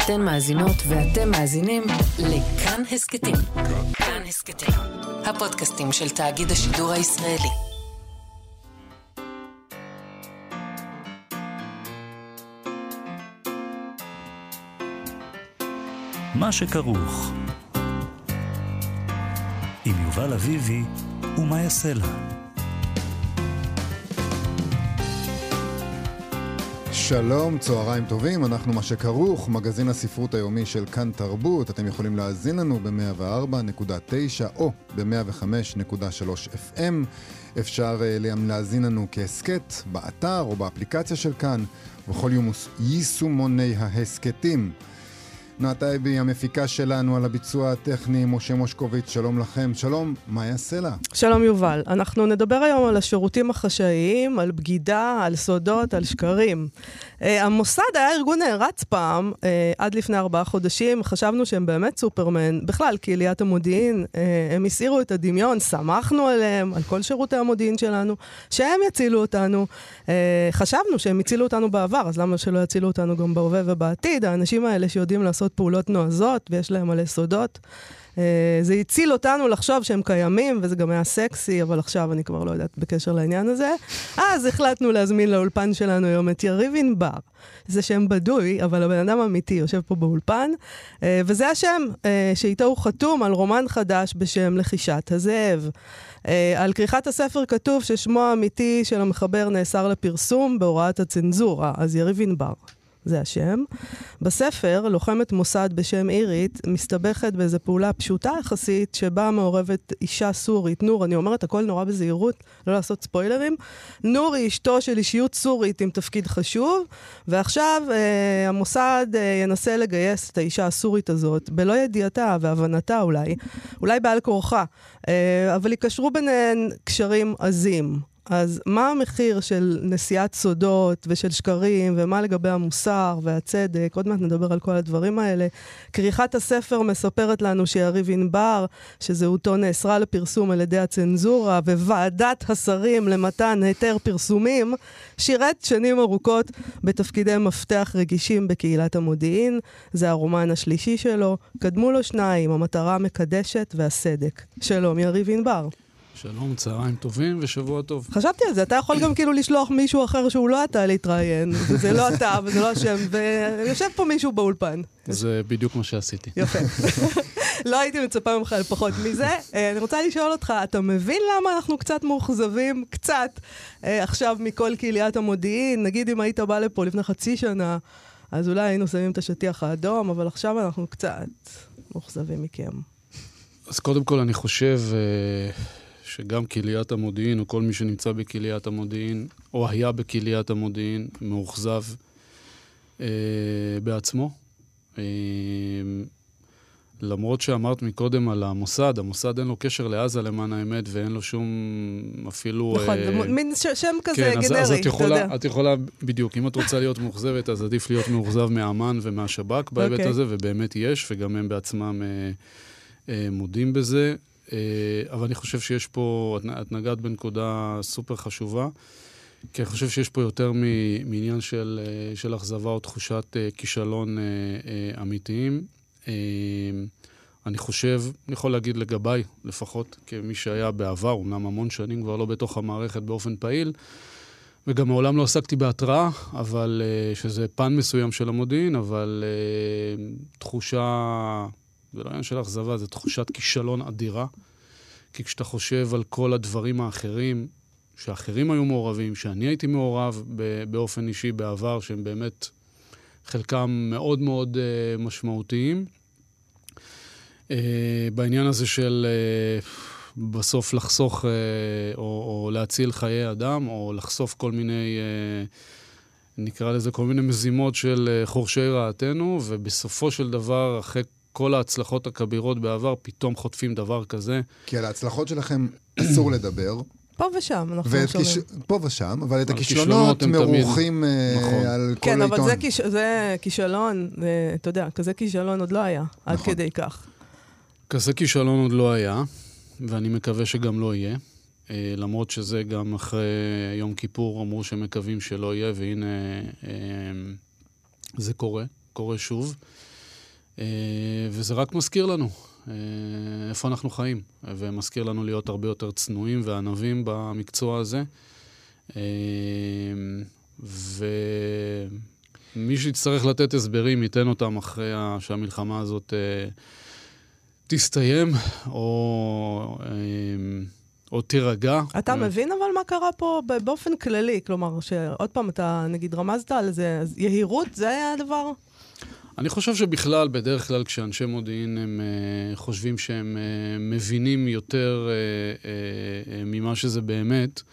אתן מאזינות ואתם מאזינים לכאן הסקטים. כאן הסקטים, הפודקאסטים של תאגיד השידור הישראלי. מה שכרוך עם יובל אביבי ומה יעשה לה. שלום, צהריים טובים, אנחנו מה שכרוך, מגזין הספרות היומי של כאן תרבות. אתם יכולים להאזין לנו ב-104.9 או ב-105.3 FM. אפשר להאזין לנו כהסקט באתר או באפליקציה של כאן, ובכל יישומוני ההסקטים. נועה טייבי, המפיקה שלנו, על הביצוע הטכני, משה מושקוביץ, שלום לכם. שלום, מה יעשה לה? שלום יובל. אנחנו נדבר היום על השירותים החשאיים, על בגידה, על סודות, על שקרים. המוסד היה ארגון נערץ פעם, עד לפני 4 חודשים, חשבנו שהם באמת סופרמן, בכלל, קהיליית המודיעין, הם הסירו את הדמיון, שמחנו עליהם, על כל שירותי המודיעין שלנו, שהם יצילו אותנו. חשבנו שהם יצילו אותנו בעבר, אז למה שלא יצילו אותנו גם בהווה ובעתיד? האנשים האלה שיודעים לעשות פעולות נועזות, ויש להם מלא סודות. זה הציל אותנו לחשוב שהם קיימים, וזה גם היה סקסי, אבל עכשיו אני כבר לא יודעת בקשר לעניין הזה. אז החלטנו להזמין לאולפן שלנו היום את יריב ענבר. זה שם בדוי, אבל הבן אדם אמיתי יושב פה באולפן, וזה השם שאיתו הוא חתום על רומן חדש בשם לחישת הזאב. על כריכת הספר כתוב ששמו האמיתי של המחבר נאסר לפרסום בהוראת הצנזורה, אז יריב ענבר. זה השם. בספר, לוחמת מוסד בשם אירית, מסתבכת באיזו פעולה פשוטה יחסית, שבה מעורבת אישה סורית. נור, אני אומרת הכל נורא בזהירות, לא לעשות ספוילרים. נור היא אשתו של אישיות סורית עם תפקיד חשוב, ועכשיו המוסד ינסה לגייס את האישה הסורית הזאת, בלא ידיעתה והבנתה אולי בעל כורחה, אבל יקשרו ביניהן קשרים עזים. אז מה המחיר של נשיאת סודות ושל שקרים, ומה לגבי המוסר והצדק? עוד מעט נדבר על כל הדברים האלה. כריכת הספר מספרת לנו שיריב ענבר, שזהותו נאסרה לפרסום על ידי הצנזורה, וועדת השרים למתן היתר פרסומים, שירת שנים ארוכות בתפקידי מפתח רגישים בקהילת המודיעין. זה הרומן השלישי שלו. קדמו לו 2, המטרה המקדשת והסדק. שלום, יריב ענבר. שלום, צהריים טובים ושבוע טוב. חשבתי על זה, אתה יכול גם כאילו לשלוח מישהו אחר שהוא לא אתה להתראיין, וזה לא אתה וזה לא השם, ויושב פה מישהו באולפן. זה בדיוק מה שעשיתי. יפה. לא הייתי מצפה ממך לפחות מזה. אני רוצה לשאול אותך, אתה מבין למה אנחנו קצת מאוכזבים, קצת, עכשיו מכל קהיליית המודיעין? נגיד אם היית בא לפה לפני חצי שנה, אז אולי היינו שמים את השטיח האדום, אבל עכשיו אנחנו קצת מאוכזבים מכם. אז קודם כל אני חושב שגם קהיליית המודיעין, או כל מי שנמצא בקהיליית המודיעין, או היה בקהיליית המודיעין, מאוכזב בעצמו. למרות שאמרת מקודם על המוסד אין לו קשר לעזה למען האמת, ואין לו שום אפילו... נכון, זה מין שם כזה כן, גנרי, אז את יכולה, בדיוק, אם את רוצה להיות מאוכזבת, אז עדיף להיות מאוכזב מהאמן ומהשב"כ בהיבט הזה, ובאמת יש, וגם הם בעצמם מודים בזה. אבל אני חושב שיש פה, את נגעת בנקודה סופר חשובה, כי אני חושב שיש פה יותר מעניין של אכזבה או תחושת כישלון אמיתיים. אני חושב, אני יכול להגיד לגביי, לפחות כמי שהיה בעבר, אומנם המון שנים כבר לא בתוך המערכת באופן פעיל, וגם מעולם לא עסקתי בהתראה, אבל שזה פן מסוים של המודיעין, אבל תחושה... זה לא עניין של אכזבה, זה תחושת כישלון אדירה. כי כשאתה חושב על כל הדברים האחרים, שאחרים היו מעורבים, שאני הייתי מעורב באופן אישי בעבר, שהם באמת חלקם מאוד מאוד משמעותיים. בעניין הזה של בסוף לחסוך או להציל חיי אדם, או לחשוף כל מיני, נקרא לזה כל מיני מזימות של חורשי רעתנו, ובסופו של דבר, אחרי כל ההצלחות הכבירות בעבר, פתאום חוטפים דבר כזה. כי על ההצלחות שלכם אסור לדבר. פה ושם, אנחנו שומעים. פה ושם, אבל את הכישלונות מרוחים על כל העיתון. כן, אבל זה כישלון, אתה יודע, כזה כישלון עוד לא היה, עד כדי כך. כזה כישלון עוד לא היה, ואני מקווה שגם לא יהיה. למרות שזה גם אחרי יום כיפור אמרו שמקווים שלא יהיה, והנה זה קורה שוב. וזה רק מזכיר לנו איפה אנחנו חיים, ומזכיר לנו להיות הרבה יותר צנועים וענבים במקצוע הזה. ומי שיצטרך לתת הסברים, ייתן אותם אחרי שהמלחמה הזאת תסתיים, או תירגע. אתה מבין אבל מה קרה פה באופן כללי? כלומר, שעוד פעם אתה נגיד רמזת על זה, אז יהירות זה היה הדבר? אני חושב שבכלל, בדרך כלל, כשאנשי מודיעין הם חושבים שהם מבינים יותר ממה שזה באמת,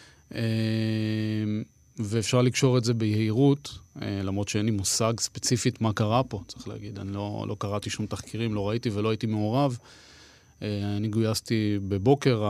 ואפשר לקשור את זה ביהירות, למרות שאין לי מושג ספציפית מה קרה פה, צריך להגיד. אני לא קראתי שום תחקירים, לא ראיתי ולא הייתי מעורב. אני גויסתי בבוקר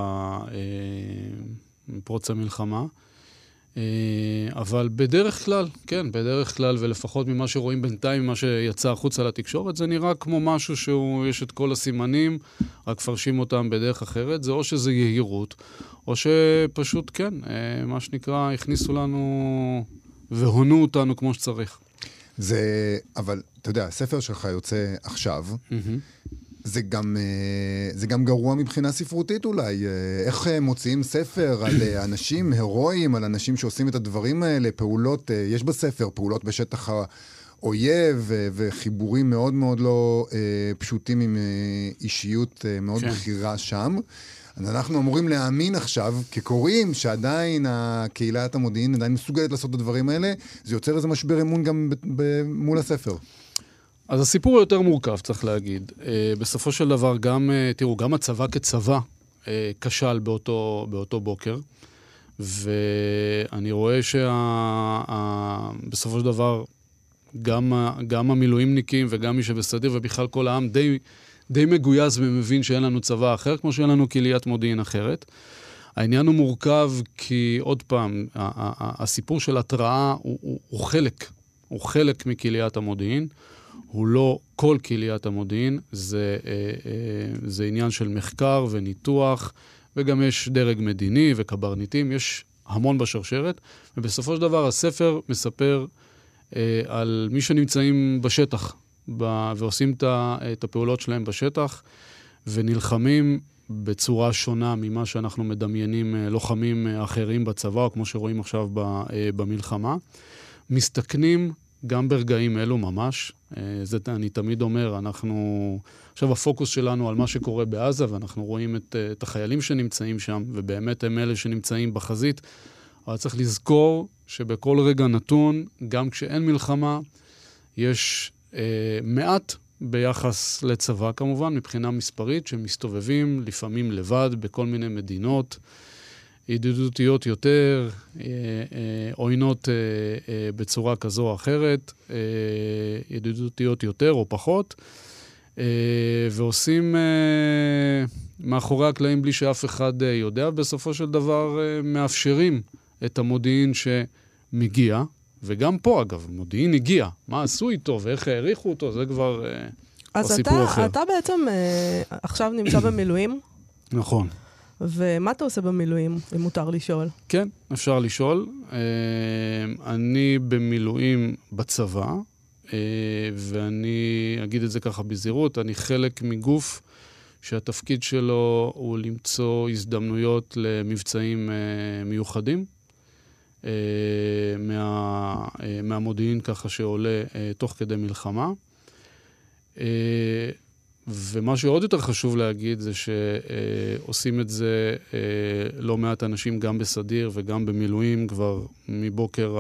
מפרוץ המלחמה. אבל בדרך כלל, כן, בדרך כלל, ולפחות ממה שרואים בינתיים, ממה שיצא החוצה לתקשורת, זה נראה כמו משהו שיש את כל הסימנים, רק פרשים אותם בדרך אחרת. זה או שזה יהירות, או שפשוט, כן, מה שנקרא, הכניסו לנו והונו אותנו כמו שצריך. אבל, אתה יודע, הספר שלך יוצא עכשיו, זה גם גרוע מבחינה ספרותית אולי. איך מוציאים ספר על אנשים הרואיים, על אנשים שעושים את הדברים האלה, פעולות, יש בספר פעולות בשטח האויב, וחיבורים מאוד מאוד לא פשוטים עם אישיות מאוד בכירה שם. אנחנו אמורים להאמין עכשיו, כקוראים, שעדיין הקהילת המודיעין עדיין מסוגלת לעשות את הדברים האלה, זה יוצר איזה משבר אמון גם מול הספר. אז הסיפור הוא יותר מורכב, צריך להגיד. בסופו של דבר, תראו, גם הצבא כצבא כשל באותו בוקר, ואני רואה שבסופו של דבר, גם המילואימניקים וגם מי שבסדיר, ובכלל כל העם די מגויס ומבין שאין לנו צבא אחר, כמו שאין לנו קהיליית מודיעין אחרת. העניין הוא מורכב כי, עוד פעם, הסיפור של התראה הוא חלק מקהיליית המודיעין, הוא לא כל קהיליית המודיעין, זה עניין של מחקר וניתוח, וגם יש דרג מדיני וקברניטים, יש המון בשרשרת, ובסופו של דבר הספר מספר על מי שנמצאים בשטח, ועושים את הפעולות שלהם בשטח, ונלחמים בצורה שונה ממה שאנחנו מדמיינים לוחמים אחרים בצבא, או כמו שרואים עכשיו במלחמה. מסתכנים גם ברגעים אלו ממש. זה אני תמיד אומר, עכשיו הפוקוס שלנו על מה שקורה בעזה, ואנחנו רואים את החיילים שנמצאים שם, ובאמת הם אלה שנמצאים בחזית, אבל צריך לזכור שבכל רגע נתון, גם כשאין מלחמה, יש מעט ביחס לצבא כמובן, מבחינה מספרית, שמסתובבים לפעמים לבד בכל מיני מדינות, ידידותיות יותר, עוינות בצורה כזו או אחרת, ידידותיות יותר או פחות, ועושים מאחורי הקלעים בלי שאף אחד יודע, בסופו של דבר מאפשרים את המודיעין שמגיע, וגם פה אגב, מודיעין הגיע, מה עשו איתו ואיך העריכו אותו, זה כבר סיפור אחר. אז אתה בעצם עכשיו נמצא במילואים? נכון. ומה אתה עושה במילואים, אם מותר לשאול? כן, אפשר לשאול. אני במילואים בצבא, ואני אגיד את זה ככה בזהירות, אני חלק מגוף שהתפקיד שלו הוא למצוא הזדמנויות למבצעים מיוחדים, מהמודיעין ככה שעולה תוך כדי מלחמה. ומה שעוד יותר חשוב להגיד זה שעושים את זה לא מעט אנשים גם בסדיר וגם במילואים כבר מבוקר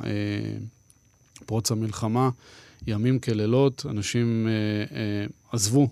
פרוץ המלחמה, ימים כלילות, אנשים עזבו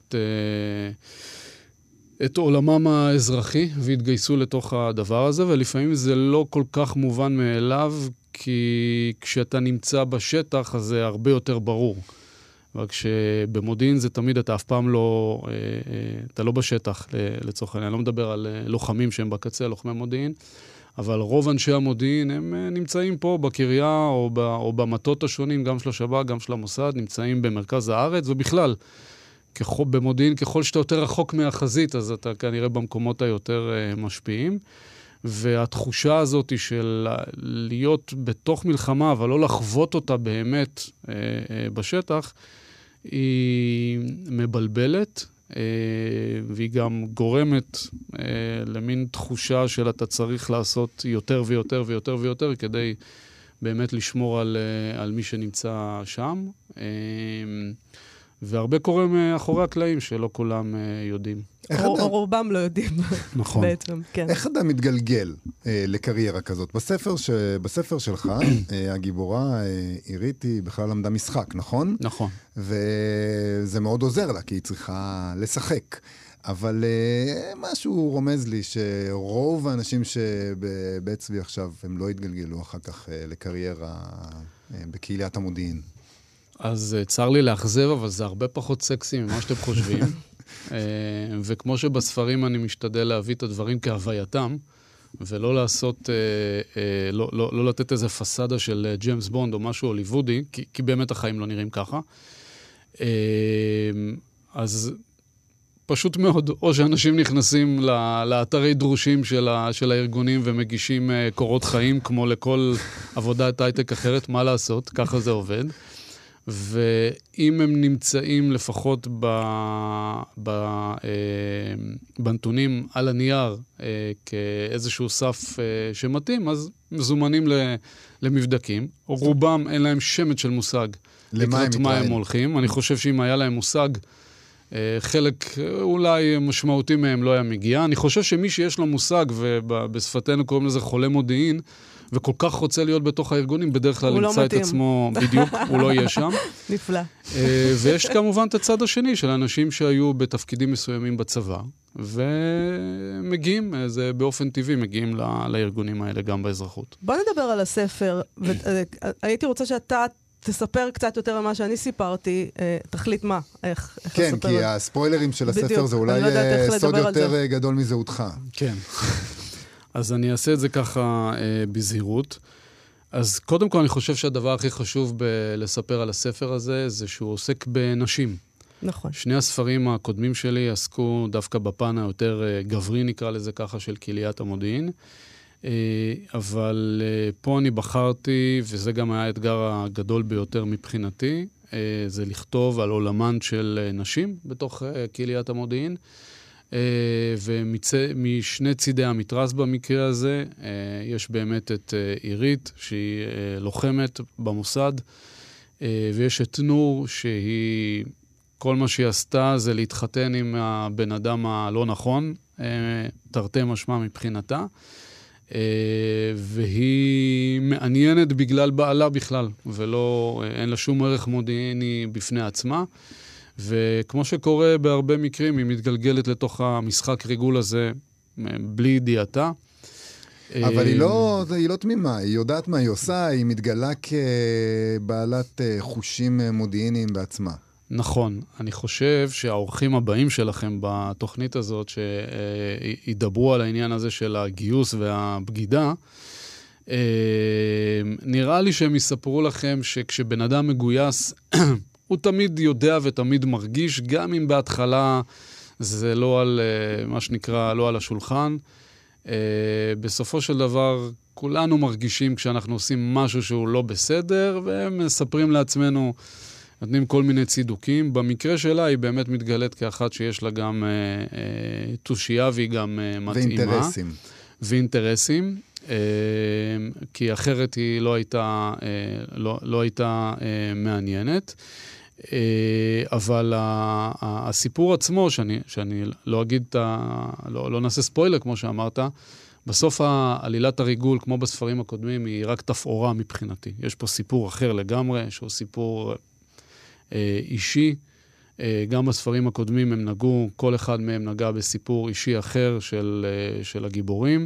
את עולמם האזרחי והתגייסו לתוך הדבר הזה, ולפעמים זה לא כל כך מובן מאליו, כי כשאתה נמצא בשטח אז זה הרבה יותר ברור. רק שבמודיעין זה תמיד, אתה אף פעם לא, אתה לא בשטח לצורך העניין, אני לא מדבר על לוחמים שהם בקצה, לוחמי מודיעין, אבל רוב אנשי המודיעין הם נמצאים פה בקריה או במטות השונים, גם של השב"כ, גם של המוסד, נמצאים במרכז הארץ, ובכלל, במודיעין ככל שאתה יותר רחוק מהחזית, אז אתה כנראה במקומות היותר משפיעים, והתחושה הזאת של להיות בתוך מלחמה, אבל לא לחוות אותה באמת בשטח, היא מבלבלת, והיא גם גורמת למין תחושה של אתה צריך לעשות יותר ויותר ויותר ויותר, כדי באמת לשמור על מי שנמצא שם. והרבה קורה מאחורי הקלעים שלא כולם יודעים. או רובם לא יודעים. נכון. בעצם, כן. איך אדם מתגלגל לקריירה כזאת? בספר שלך, הגיבורה עירית היא בכלל למדה משחק, נכון? נכון. וזה מאוד עוזר לה, כי היא צריכה לשחק. אבל משהו רומז לי שרוב האנשים שבבית צבי עכשיו, הם לא יתגלגלו אחר כך לקריירה בקהילת המודיעין. אז צר לי לאכזב, אבל זה הרבה פחות סקסי ממה שאתם חושבים. וכמו שבספרים אני משתדל להביא את הדברים כהווייתם, ולא לעשות, לא לתת איזה פסדה של ג'יימס בונד או משהו הוליוודי, כי באמת החיים לא נראים ככה. אז פשוט מאוד, או שאנשים נכנסים לאתרי דרושים של הארגונים ומגישים קורות חיים, כמו לכל עבודת הייטק אחרת, מה לעשות? ככה זה עובד. ואם הם נמצאים לפחות בנתונים על הנייר כאיזשהו סף שמתאים, אז מזומנים למבדקים. רובם אין להם שמץ של מושג לקראת מה הם הולכים. אני חושב שאם היה להם מושג, חלק אולי משמעותי מהם לא היה מגיע. אני חושב שמי שיש לו מושג, ובשפתנו קוראים לזה חולה מודיעין, וכל כך רוצה להיות בתוך הארגונים, בדרך כלל נמצא את עצמו בדיוק, הוא לא יהיה שם. נפלא. ויש כמובן את הצד השני של אנשים שהיו בתפקידים מסוימים בצבא, ומגיעים, זה באופן טבעי, מגיעים לארגונים האלה גם באזרחות. בוא נדבר על הספר, והייתי רוצה שאתה תספר קצת יותר על מה שאני סיפרתי, תחליט מה, איך כן, כי הספוילרים של הספר זה אולי סוד יותר גדול מזהותך. כן. אז אני אעשה את זה ככה בזהירות. אז קודם כל אני חושב שהדבר הכי חשוב לספר על הספר הזה, זה שהוא עוסק בנשים. נכון. שני הספרים הקודמים שלי עסקו דווקא בפן היותר גברי, נקרא לזה ככה, של קהיליית המודיעין. אבל פה אני בחרתי, וזה גם היה האתגר הגדול ביותר מבחינתי, זה לכתוב על עולמן של נשים בתוך קהיליית המודיעין. ומשני צידי המתרס במקרה הזה, יש באמת את עירית, שהיא לוחמת במוסד, ויש את נור, שהיא, כל מה שהיא עשתה זה להתחתן עם הבן אדם הלא נכון, תרתי משמע מבחינתה, והיא מעניינת בגלל בעלה בכלל, אין לה שום ערך מודיעיני בפני עצמה, וכמו שקורה בהרבה מקרים, היא מתגלגלת לתוך המשחק ריגול הזה בלי ידיעתה. אבל היא לא תמימה, היא יודעת מה היא עושה, היא מתגלה כבעלת חושים מודיעיניים בעצמה. נכון, אני חושב שהאורחים הבאים שלכם בתוכנית הזאת, שידברו על העניין הזה של הגיוס והבגידה, נראה לי שהם יספרו לכם שכשבן אדם מגויס, הוא תמיד יודע ותמיד מרגיש, גם אם בהתחלה זה לא על, מה שנקרא, לא על השולחן. בסופו של דבר, כולנו מרגישים כשאנחנו עושים משהו שהוא לא בסדר, ומספרים לעצמנו, נותנים כל מיני צידוקים. במקרה שלה היא באמת מתגלית כאחת שיש לה גם תושייה והיא גם מתאימה. ואינטרסים. כי אחרת היא לא הייתה מעניינת. אבל הסיפור עצמו, שאני לא אגיד, לא נעשה ספוילר כמו שאמרת, בסוף עלילת הריגול, כמו בספרים הקודמים, היא רק תפאורה מבחינתי. יש פה סיפור אחר לגמרי, שהוא סיפור אישי. גם בספרים הקודמים הם נגעו, כל אחד מהם נגע בסיפור אישי אחר של הגיבורים.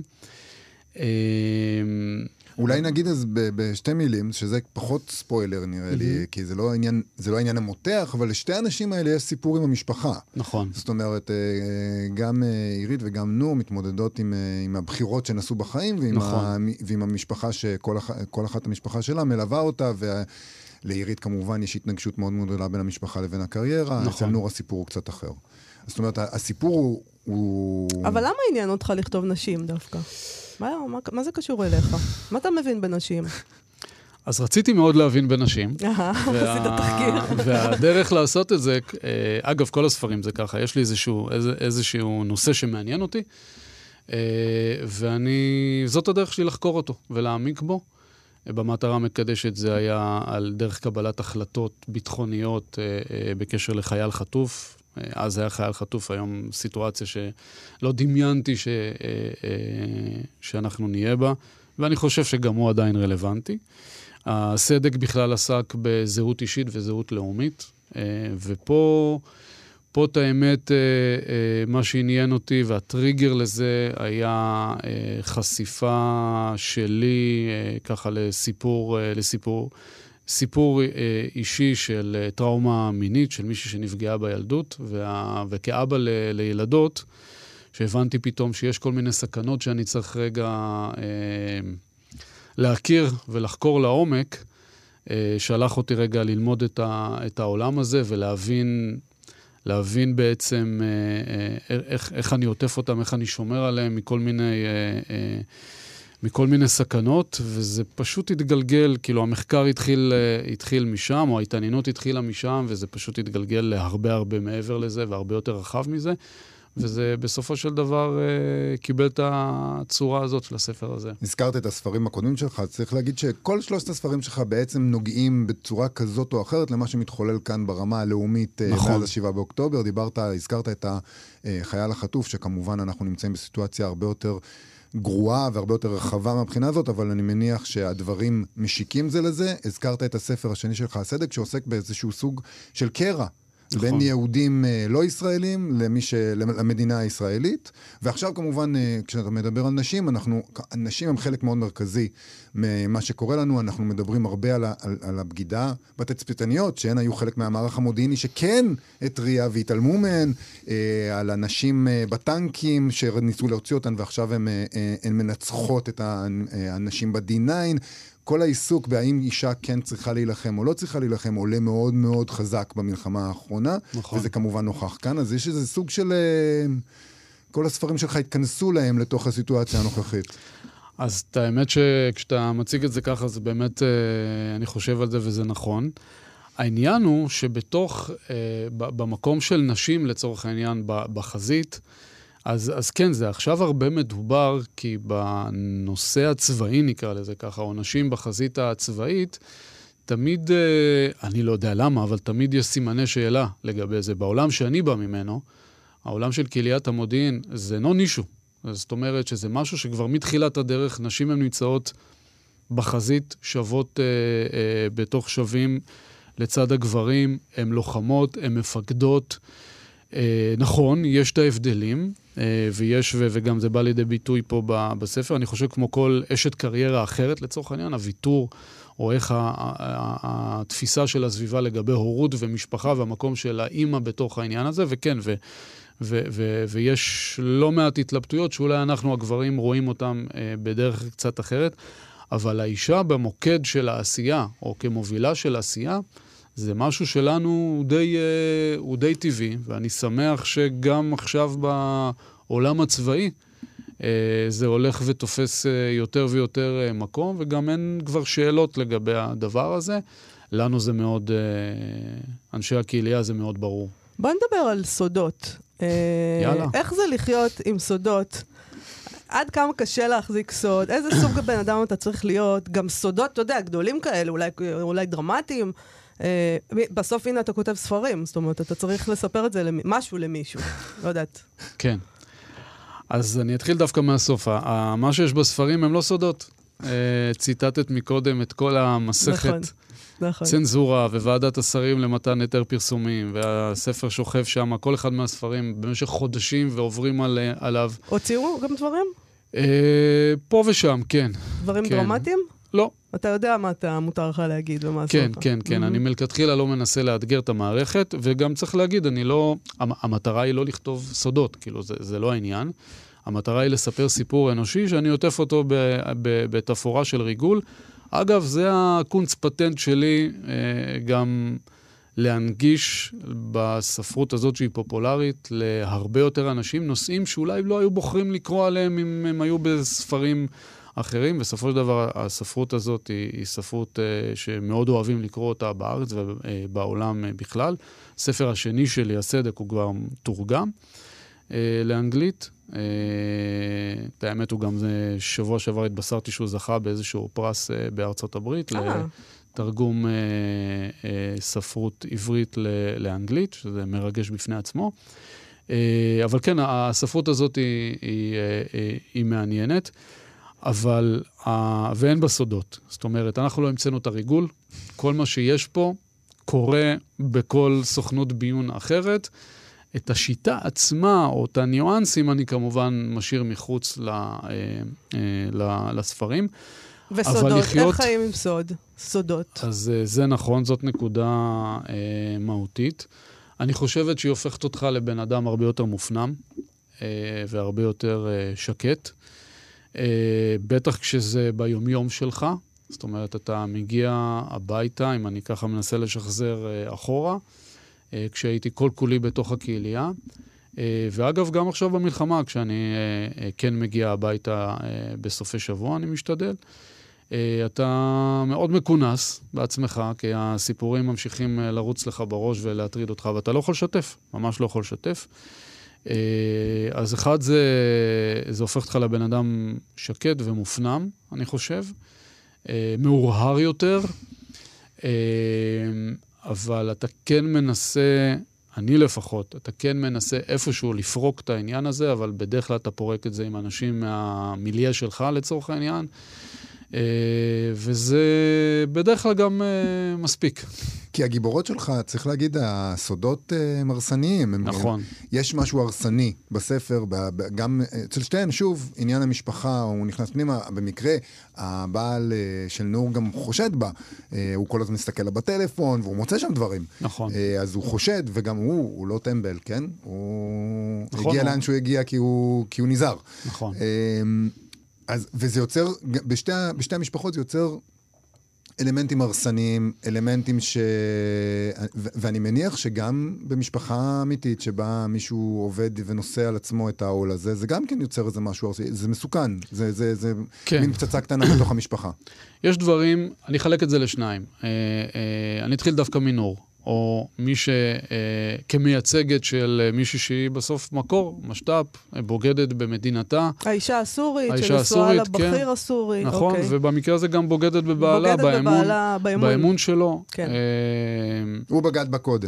אולי נגיד אז בשתי מילים, שזה פחות ספוילר נראה לי, כי זה לא העניין המותח, אבל לשתי האנשים האלה יש סיפור עם המשפחה. נכון. זאת אומרת, גם עירית וגם נור מתמודדות עם הבחירות שנסו בחיים, ועם המשפחה שכל אחת המשפחה שלה מלווה אותה, ולעירית כמובן יש התנגשות מאוד מאוד גדולה בין המשפחה לבין הקריירה. נכון. אצל נור הסיפור הוא קצת אחר. זאת אומרת, הסיפור הוא... אבל למה עניין אותך לכתוב נשים דווקא? מה זה קשור אליך? מה אתה מבין בנשים? אז רציתי מאוד להבין בנשים. עשית תחקיר. והדרך לעשות את זה, אגב, כל הספרים זה ככה, יש לי איזשהו נושא שמעניין אותי, זאת הדרך שלי לחקור אותו ולהעמיק בו. במטרה המקדשת זה היה על דרך קבלת החלטות ביטחוניות בקשר לחייל חטוף. אז היה חייל חטוף, היום סיטואציה שלא דמיינתי שאנחנו נהיה בה, ואני חושב שגם הוא עדיין רלוונטי. הסדק בכלל עסק בזהות אישית וזהות לאומית, ופה את האמת, מה שעניין אותי והטריגר לזה היה חשיפה שלי ככה סיפור אישי של טראומה מינית, של מישהי שנפגעה בילדות, וכאבא לילדות, שהבנתי פתאום שיש כל מיני סכנות שאני צריך רגע להכיר ולחקור לעומק, שלח אותי רגע ללמוד את העולם הזה ולהבין בעצם איך אני עוטף אותם, איך אני שומר עליהם מכל מיני סכנות, וזה פשוט התגלגל, כאילו המחקר התחיל משם, או ההתעניינות התחילה משם, וזה פשוט התגלגל להרבה מעבר לזה, והרבה יותר רחב מזה, וזה בסופו של דבר קיבל את הצורה הזאת של הספר הזה. נזכרת את הספרים הקודמים שלך, צריך להגיד שכל 3 הספרים שלך בעצם נוגעים בצורה כזאת או אחרת למה שמתחולל כאן ברמה הלאומית מאז 7 באוקטובר. הזכרת את החייל החטוף, שכמובן אנחנו נמצאים בסיטואציה הרבה יותר גרועה והרבה יותר רחבה מהבחינה הזאת, אבל אני מניח שהדברים משיקים זה לזה. הזכרת את הספר השני שלך, הסדק, שעוסק באיזשהו סוג של קרע. בין יהודים לא ישראלים למדינה הישראלית. ועכשיו כמובן, כשאתה מדבר על נשים, נשים הם חלק מאוד מרכזי ממה שקורה לנו. אנחנו מדברים הרבה על הבגידה בתצפיתניות, שהן היו חלק מהמערך המודיעיני שכן התריע והתעלמו מהן, על הנשים בטנקים שניסו להוציא אותן, ועכשיו הן מנצחות את האנשים ב-D9. כל העיסוק בהאם אישה כן צריכה להילחם או לא צריכה להילחם עולה מאוד מאוד חזק במלחמה האחרונה, נכון. וזה כמובן נוכח כאן, אז יש איזה סוג של כל הספרים שלך התכנסו להם לתוך הסיטואציה הנוכחית. אז את האמת שכשאתה מציג את זה ככה, זה באמת, אני חושב על זה וזה נכון. העניין הוא שבתוך, במקום של נשים לצורך העניין בחזית, אז כן, זה עכשיו הרבה מדובר, כי בנושא הצבאי נקרא לזה ככה, או נשים בחזית הצבאית, תמיד, אני לא יודע למה, אבל תמיד יש סימני שאלה לגבי זה. בעולם שאני בא ממנו, העולם של קהיליית המודיעין, זה לא נישו. זאת אומרת שזה משהו שכבר מתחילת הדרך, נשים הן נמצאות בחזית, שוות בתוך שווים לצד הגברים, הן לוחמות, הן מפקדות. נכון, יש את ההבדלים, וגם זה בא לידי ביטוי פה בספר. אני חושב כמו כל אשת קריירה אחרת לצורך העניין, הוויתור, או איך התפיסה של הסביבה לגבי הורות ומשפחה, והמקום של האמא בתוך העניין הזה, וכן, ויש לא מעט התלבטויות, שאולי אנחנו הגברים רואים אותם בדרך קצת אחרת, אבל האישה במוקד של העשייה, או כמובילה של העשייה, זה משהו שלנו הוא די טבעי, ואני שמח שגם עכשיו בעולם הצבאי, זה הולך ותופס יותר ויותר מקום, וגם אין כבר שאלות לגבי הדבר הזה. לנו זה מאוד, אנשי הקהילייה זה מאוד ברור. בוא נדבר על סודות. יאללה. איך זה לחיות עם סודות? עד כמה קשה להחזיק סוד? איזה סוג בן אדם אתה צריך להיות? גם סודות, אתה יודע, גדולים כאלה, אולי דרמטיים. בסוף הנה אתה כותב ספרים, זאת אומרת, אתה צריך לספר את זה משהו למישהו. לא יודעת. כן. אז אני אתחיל דווקא מהסוף. מה שיש בספרים הם לא סודות. ציטטת מקודם את כל המסכת צנזורה וועדת השרים למתן היתר פרסומים, והספר שוכב שם, כל אחד מהספרים במשך חודשים ועוברים עליו. הוציאו גם דברים? פה ושם, כן. דברים דרמטיים? לא. אתה יודע מה אתה מותר לך להגיד ומה עשו לך. כן. אני מלכתחילה לא מנסה לאתגר את המערכת, וגם צריך להגיד, המטרה היא לא לכתוב סודות, כאילו זה לא העניין. המטרה היא לספר סיפור אנושי, שאני עוטף אותו בתפאורה של ריגול. אגב, זה הקונץ פטנט שלי, גם להנגיש בספרות הזאת שהיא פופולרית, להרבה יותר אנשים, נושאים שאולי לא היו בוחרים לקרוא עליהם אם הם היו בספרים אחרים. בסופו של דבר, הספרות הזאת היא ספרות שמאוד אוהבים לקרוא אותה בארץ ובעולם בכלל. הספר השני שלי, הסדק, הוא כבר תורגם לאנגלית. את האמת, הוא גם שבוע שעבר התבשרתי שהוא זכה באיזשהו פרס בארצות הברית, לתרגום ספרות עברית לאנגלית, שזה מרגש בפני עצמו. אבל כן, הספרות הזאת היא מעניינת, אבל, ואין בה סודות. זאת אומרת, אנחנו לא המצאנו את הריגול, כל מה שיש פה קורה בכל סוכנות ביון אחרת. את השיטה עצמה, או את הניואנסים, אני כמובן משאיר מחוץ לספרים. וסודות, איך חיים עם סודות? אז זה נכון, זאת נקודה מהותית. אני חושבת שהיא הופכת אותך לבן אדם הרבה יותר מופנם, והרבה יותר שקט. בטח כשזה ביומיום שלך, זאת אומרת, אתה מגיע הביתה, אם אני ככה מנסה לשחזר אחורה, כשהייתי כל כולי בתוך הקהילייה, ואגב, גם עכשיו במלחמה, כשאני כן מגיע הביתה בסופי שבוע, אני משתדל. אתה מאוד מקונס בעצמך, כי הסיפורים ממשיכים לרוץ לך בראש ולהטריד אותך, ואתה לא יכול לשתף, ממש לא יכול לשתף. אז אחד, זה הופך אותך לבן אדם שקט ומופנם, אני חושב, מאורהר יותר, אבל אתה כן מנסה, אני לפחות, אתה כן מנסה איפשהו לפרוק את העניין הזה, אבל בדרך כלל אתה פורק את זה עם אנשים מהמיליה שלך לצורך העניין, וזה בדרך כלל גם מספיק. כי הגיבורות שלך, צריך להגיד, הסודות הם הרסניים. נכון. יש משהו הרסני בספר, גם אצל שתיהן, שוב, עניין המשפחה, הוא נכנס פנימה, במקרה, הבעל של נור גם חושד בה, הוא כל הזמן מסתכל לה בטלפון, והוא מוצא שם דברים. נכון. אז הוא חושד, וגם הוא לא טמבל, כן? הוא נכון, הגיע לאן שהוא הגיע כי הוא נזהר. נכון. וזה יוצר, בשתי המשפחות זה יוצר אלמנטים הרסניים, אלמנטים ואני מניח שגם במשפחה אמיתית שבה מישהו עובד ונושא על עצמו את העול הזה, זה גם כן יוצר איזה משהו הרסני, זה מסוכן, זה כן. מין פצצה קטנה בתוך המשפחה. יש דברים, אני אחלק את זה לשניים. אני אתחיל דווקא מנור. או מי כמייצגת של מישהי שהיא בסוף מקור, משת"פ, בוגדת במדינתה. האישה הסורית, שנשואה לבכיר הסורי. נכון, ובמקרה הזה גם בוגדת בבעלה, באמון שלו. כן. הוא בגד בה קודם.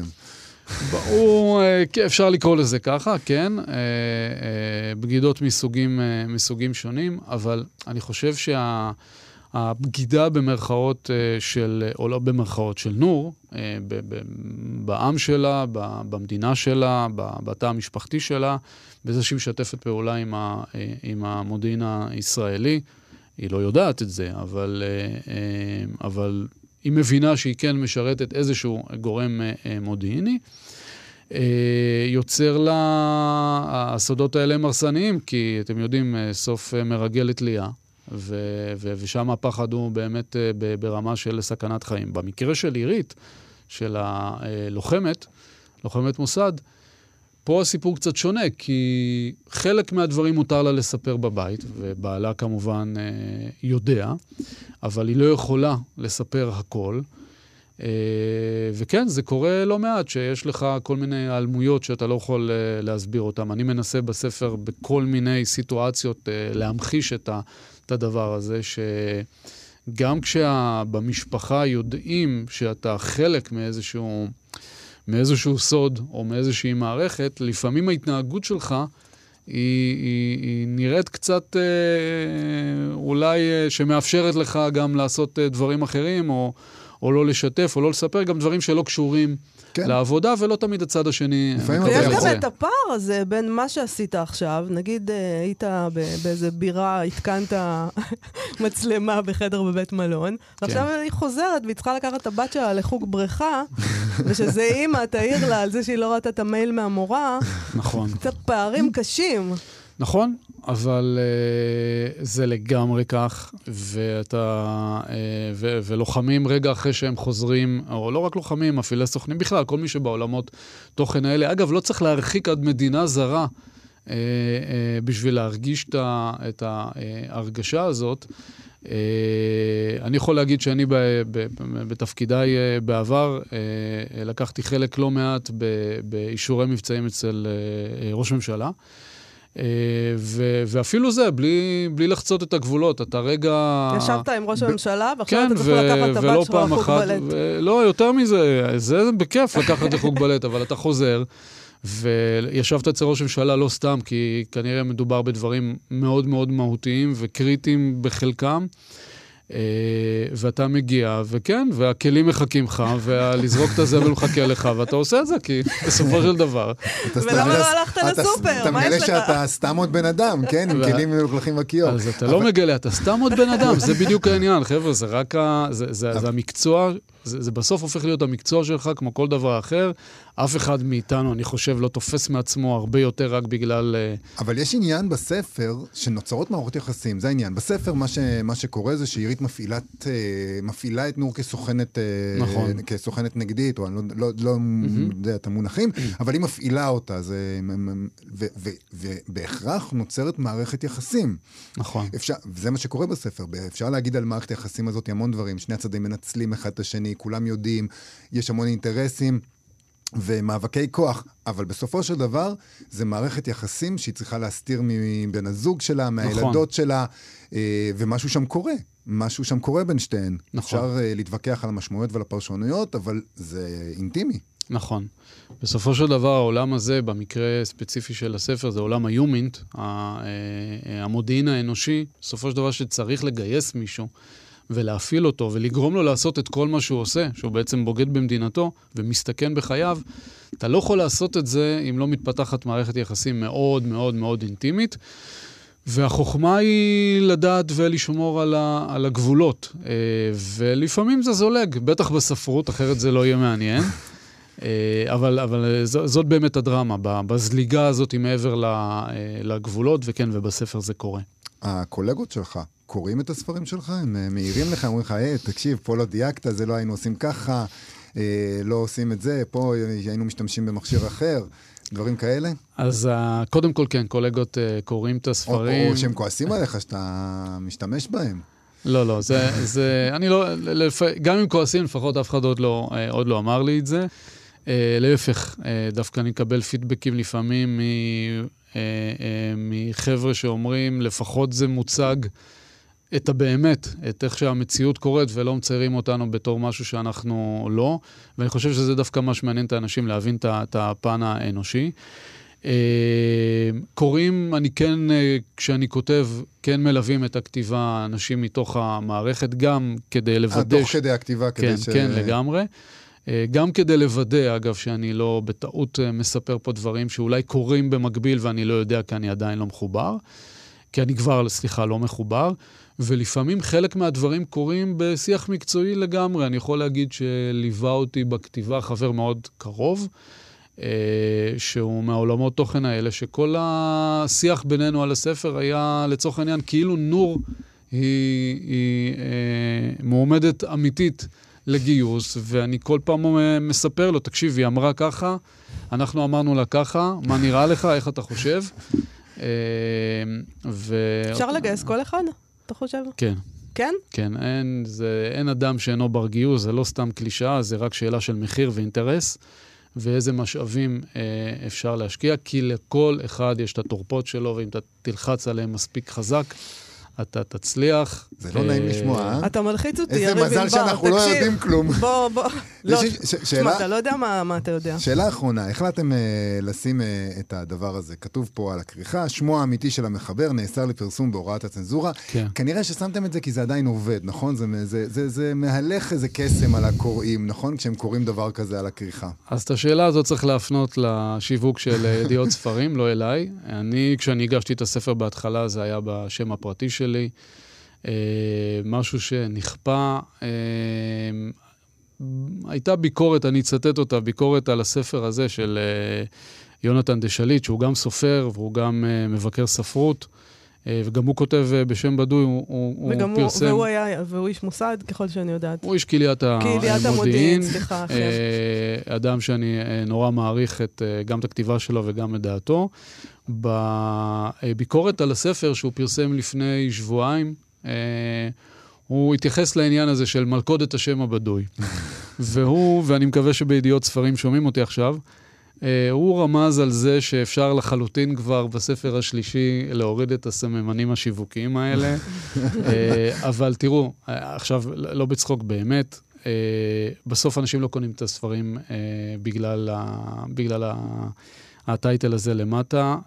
אפשר לקרוא לזה ככה, כן. בגידות מסוגים שונים, אבל אני חושב הבגידה במרכאות או לא במרכאות של נור, בעם שלה, במדינה שלה, בתא המשפחתי שלה, בזה שהיא משתפת פעולה עם המודיעין הישראלי. היא לא יודעת את זה, אבל היא מבינה שהיא כן משרתת איזשהו גורם מודיעיני. יוצר לה, הסודות האלה הם הרסניים, כי אתם יודעים, סוף מרגל לתלייה. ושם הפחד הוא באמת ברמה של סכנת חיים. במקרה של עירית, של הלוחמת מוסד, פה הסיפור קצת שונה, כי חלק מהדברים מותר לה לספר בבית, ובעלה כמובן יודע, אבל היא לא יכולה לספר הכל. וכן, זה קורה לא מעט, שיש לך כל מיני העלמויות שאתה לא יכול להסביר אותם. אני מנסה בספר בכל מיני סיטואציות להמחיש את הדבר הזה, שגם כשבמשפחה יודעים שאתה חלק מאיזשהו סוד או מאיזושהי מערכת, לפעמים ההתנהגות שלך היא נראית קצת אולי שמאפשרת לך גם לעשות דברים אחרים, או לא לשתף, או לא לספר, גם דברים שלא קשורים לעבודה, ולא תמיד הצד השני. ויש גם את הפער הזה בין מה שעשית עכשיו, נגיד היית באיזה בירה, התקנת מצלמה בחדר בבית מלון, ועכשיו היא חוזרת, והיא צריכה לקחת את הבת שלה לחוג בריכה, ושזה אימא תעיר לה על זה שהיא לא ראתה את המייל מהמורה. נכון. קצת פערים קשים. נכון, אבל זה לגמרי כך, ולוחמים רגע אחרי שהם חוזרים, או לא רק לוחמים, מפעילי סוכנים בכלל, כל מי שבעולמות תוכן האלה. אגב, לא צריך להרחיק עד מדינה זרה בשביל להרגיש את ההרגשה הזאת. אני יכול להגיד שאני בתפקידיי בעבר, לקחתי חלק לא מעט באישורי מבצעים אצל ראש ממשלה, ואפילו זה, בלי לחצות את הגבולות, אתה רגע... ישבת עם ראש הממשלה, ועכשיו אתה צריך לקחת את הבת שלך לחוג בלט. לא, יותר מזה, זה בכיף לקחת לחוג בלט, אבל אתה חוזר, וישבת אצל ראש הממשלה לא סתם, כי כנראה מדובר בדברים מאוד מאוד מהותיים וקריטיים בחלקם, ואתה מגיע, וכן, והכלים מחכים לך, ולזרוק את הזבל מחכה לך, ואתה עושה את זה, כי בסופו של דבר... ולמה לא הלכת לסופר? אתה מגלה שאתה סתם עוד בן אדם, כן? עם כלים מלוכלכים בכיור. אז אתה לא מגלה, אתה סתם עוד בן אדם, זה בדיוק העניין, חבר'ה, זה רק זה המקצוע, זה בסוף הופך להיות המקצוע שלך, כמו כל דבר אחר. אף אחד מאיתנו, אני חושב, לא תופס מעצמו הרבה יותר רק בגלל... אבל יש עניין בספר שנוצרות מערכות יחסים, זה העניין. בספר מה שקורה זה שעירית מפעילה את נור כסוכנת נגדית, או אני לא יודע את המונחים, אבל היא מפעילה אותה, ובהכרח נוצרת מערכת יחסים. נכון. וזה מה שקורה בספר. אפשר להגיד על מערכת היחסים הזאת המון דברים, שני הצדדים מנצלים אחד את השני, כולם יודעים, יש המון אינטרסים, ומאבקי כוח, אבל בסופו של דבר זה מערכת יחסים שהיא צריכה להסתיר מבן הזוג שלה, מהילדות שלה, ומשהו שם קורה. משהו שם קורה בין שתיהן. אפשר להתווכח על המשמעויות ועל הפרשנויות, אבל זה אינטימי. נכון. בסופו של דבר, העולם הזה, במקרה ספציפי של הספר, זה עולם היומינט, המודיעין האנושי, בסופו של דבר שצריך לגייס מישהו, ולהפעיל אותו, ולגרום לו לעשות את כל מה שהוא עושה, שהוא בעצם בוגד במדינתו, ומסתכן בחייו, אתה לא יכול לעשות את זה אם לא מתפתחת מערכת יחסים מאוד מאוד מאוד אינטימית, והחוכמה היא לדעת ולשמור על הגבולות, ולפעמים זה זולג, בטח בספרות, אחרת זה לא יהיה מעניין, אבל זאת באמת הדרמה, בזליגה הזאת היא מעבר לגבולות, וכן, ובספר זה קורה. הקולגות שלך, קוראים את הספרים שלך? הם מעירים לך, אומרים לך, תקשיב, פה לא דייקת, זה לא היינו עושים ככה, לא עושים את זה, פה היינו משתמשים במכשיר אחר, דברים כאלה? אז קודם כל כן, קולגות קוראים את הספרים. או שהם כועסים עליך שאתה משתמש בהם. לא, אני לא, גם אם כועסים, לפחות אף אחד עוד לא אמר לי את זה. להפך, דווקא אני אקבל פידבקים לפעמים מחבר'ה שאומרים, לפחות זה מוצג את הבאמת, את איך שהמציאות קורית, ולא מציירים אותנו בתור משהו שאנחנו לא, ואני חושב שזה דווקא מה שמעניין את האנשים להבין את הפן האנושי. קוראים, אני כן, כשאני כותב, כן מלווים את הכתיבה אנשים מתוך המערכת, גם כדי לוודא... תוך כדי הכתיבה, כדי כן, לגמרי. גם כדי לוודא, אגב, שאני לא בטעות מספר פה דברים שאולי קוראים במקביל ואני לא יודע כי אני עדיין לא מחובר, כי אני כבר, לא מחובר, ולפעמים חלק מהדברים קורים בשיח מקצועי לגמרי. אני יכול להגיד שליווה אותי בכתיבה חבר מאוד קרוב, שהוא מהעולמות תוכן האלה, שכל השיח בינינו על הספר היה לצורך העניין, כאילו נור היא מועמדת אמיתית לגיוס, ואני כל פעם מספר לו, תקשיב, היא אמרה ככה, אנחנו אמרנו לה ככה, מה נראה לך, איך אתה חושב? אפשר לגייס כל אחד, אתה חושב? כן. כן? כן, אין אדם שאינו בר גיוס, זה לא סתם קלישאה, זה רק שאלה של מחיר ואינטרס, ואיזה משאבים אפשר להשקיע, כי לכל אחד יש את התורפות שלו, ואם אתה תלחץ עליהם מספיק חזק, אתה תצליח. זה לא נעים לשמוע, אתה מלחיץ אותי, איזה מזל שאנחנו לא יודעים כלום. בוא. לא, תשמע, אתה לא יודע מה אתה יודע. שאלה אחרונה, החלטתם לשים את הדבר הזה, כתוב פה על הכריכה, שמו האמיתי של המחבר נאסר לפרסום בהוראת הצנזורה. כנראה ששמתם את זה כי זה עדיין עובד, נכון? זה מהלך איזה קסם על הקוראים, נכון? כשהם קוראים דבר כזה על הכריכה. אז את השאלה הזאת צריך להפנות לשיווק של ידיעות ספרים, לא אליי. כשאני הגשתי את הספר בהתחלה, זה היה בשם הפרטי שלי. משהו שנכפה, הייתה ביקורת, אני אצטט אותה, ביקורת על הספר הזה של יונתן דשליט, שהוא גם סופר והוא גם מבקר ספרות, וגם הוא כותב בשם בדוי, הוא פרסם. והוא איש מוסד, ככל שאני יודעת. הוא איש קהיליית המודיעין. סליחה. אדם שאני נורא מעריך גם את הכתיבה שלו וגם את דעתו. בביקורת על הספר שהוא פרסם לפני שבועיים, הוא התייחס לעניין הזה של מלכודת השם הבדוי. ואני מקווה שבידיעות ספרים שומעים אותי עכשיו, הוא רמז על זה שאפשר לחלוטין כבר בספר השלישי להוריד את הסממנים השיווקיים האלה. אבל תראו, עכשיו לא בצחוק באמת, בסוף אנשים לא קונים את הספרים בגלל הטייטל הזה למטה.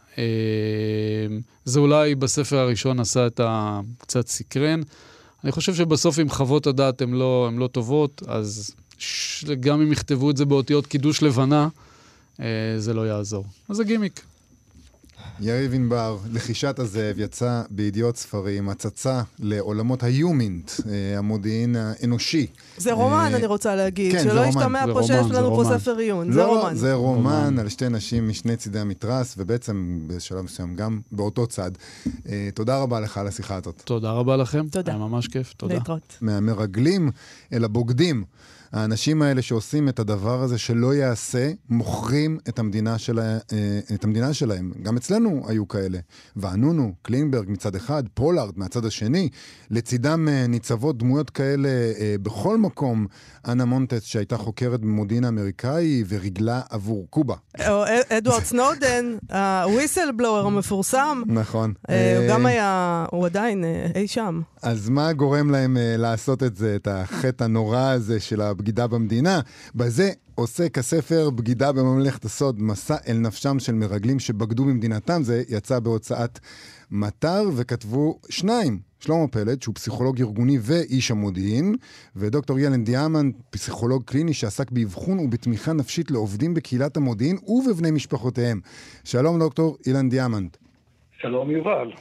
זה אולי בספר הראשון עשה את קצת סקרן. אני חושב שבסוף אם חוות הדעת הן לא טובות, אז גם אם יכתבו את זה באותיות קידוש לבנה, זה לא יעזור. אז זה גימיק. יריב ענבר, לחישת הזאב יצא בידיעות ספרים, הצצה לעולמות היומינט, המודיעין האנושי. זה רומן, אני רוצה להגיד, שלא ישתמע פה שיש לנו פה ספר עיון. זה רומן. זה רומן על שתי נשים משני צידי המתרס, ובעצם בשלב מסוים גם באותו צד. תודה רבה לך על השיחה הזאת. תודה רבה לכם. תודה. היה ממש כיף. תודה. להתראות. מהמרגלים אל הבוגדים. האנשים האלה שעושים את הדבר הזה שלא יעשה, מוכרים את המדינה שלהם. גם אצלנו היו כאלה. וענונו, קלינברג מצד אחד, פולארד מהצד השני. לצידם ניצבות דמויות כאלה בכל מקום. אנה מונטס שהייתה חוקרת במודיעין האמריקאי ורגלה עבור קובה. או אדוארד סנודן, הוויסלבלואר המפורסם. נכון. הוא עדיין אי שם. אז מה גורם להם לעשות את זה, את החטא הנורא הזה של הבגידה במדינה? בזה עוסק הספר בגידה בממלכת הסוד, מסע אל נפשם של מרגלים שבגדו במדינתם. זה יצא בהוצאת מטר, וכתבו שניים, שלמה פלד, שהוא פסיכולוג ארגוני ואיש המודיעין, ודוקטור אילן דיאמנט, פסיכולוג קליני שעסק באבחון ובתמיכה נפשית לעובדים בקהילת המודיעין ובבני משפחותיהם. שלום דוקטור אילן דיאמנט. שלום יובל.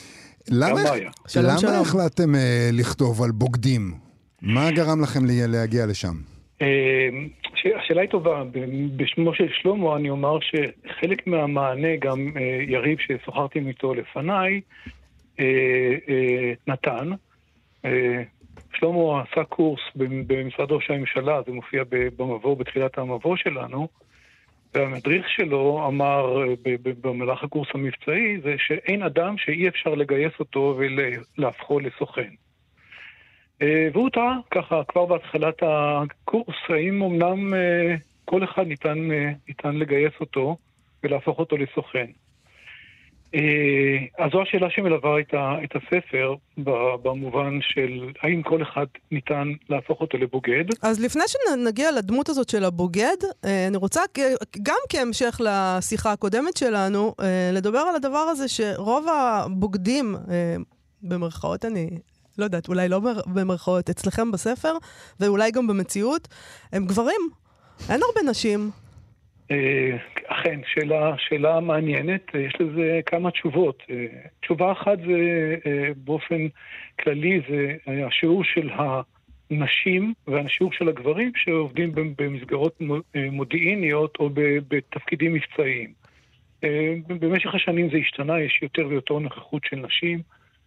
למה החלטתם לכתוב על בוגדים? מה גרם לכם להגיע לשם? השאלה היא טובה. בשמו של שלמה אני אומר שחלק מהמענה, גם יריב ששוחחתי איתו לפניי, נתן. שלמה עשה קורס במשרד ראש הממשלה, זה מופיע במבוא, בתחילת המבוא שלנו, והמדריך שלו אמר במהלך הקורס המבצעי, זה שאין אדם שאי אפשר לגייס אותו ולהפכו לסוכן. והוא טעה ככה כבר בהתחלת הקורס, האם אמנם כל אחד ניתן לגייס אותו ולהפוך אותו לסוכן. אז זו השאלה שמלווה את הספר, במובן של האם כל אחד ניתן להפוך אותו לבוגד. אז לפני שנגיע לדמות הזאת של הבוגד, אני רוצה גם כהמשך לשיחה הקודמת שלנו, לדבר על הדבר הזה שרוב הבוגדים, במרכאות אני לא יודעת, אולי לא במרכאות, אצלכם בספר, ואולי גם במציאות, הם גברים. אין הרבה נשים. אכן, שאלה מעניינת, יש לזה כמה תשובות. תשובה אחת זה באופן כללי, זה השיעור של הנשים והשיעור של הגברים שעובדים במסגרות מודיעיניות או בתפקידים מבצעיים. במשך השנים זה השתנה, יש יותר ויותר נוכחות של נשים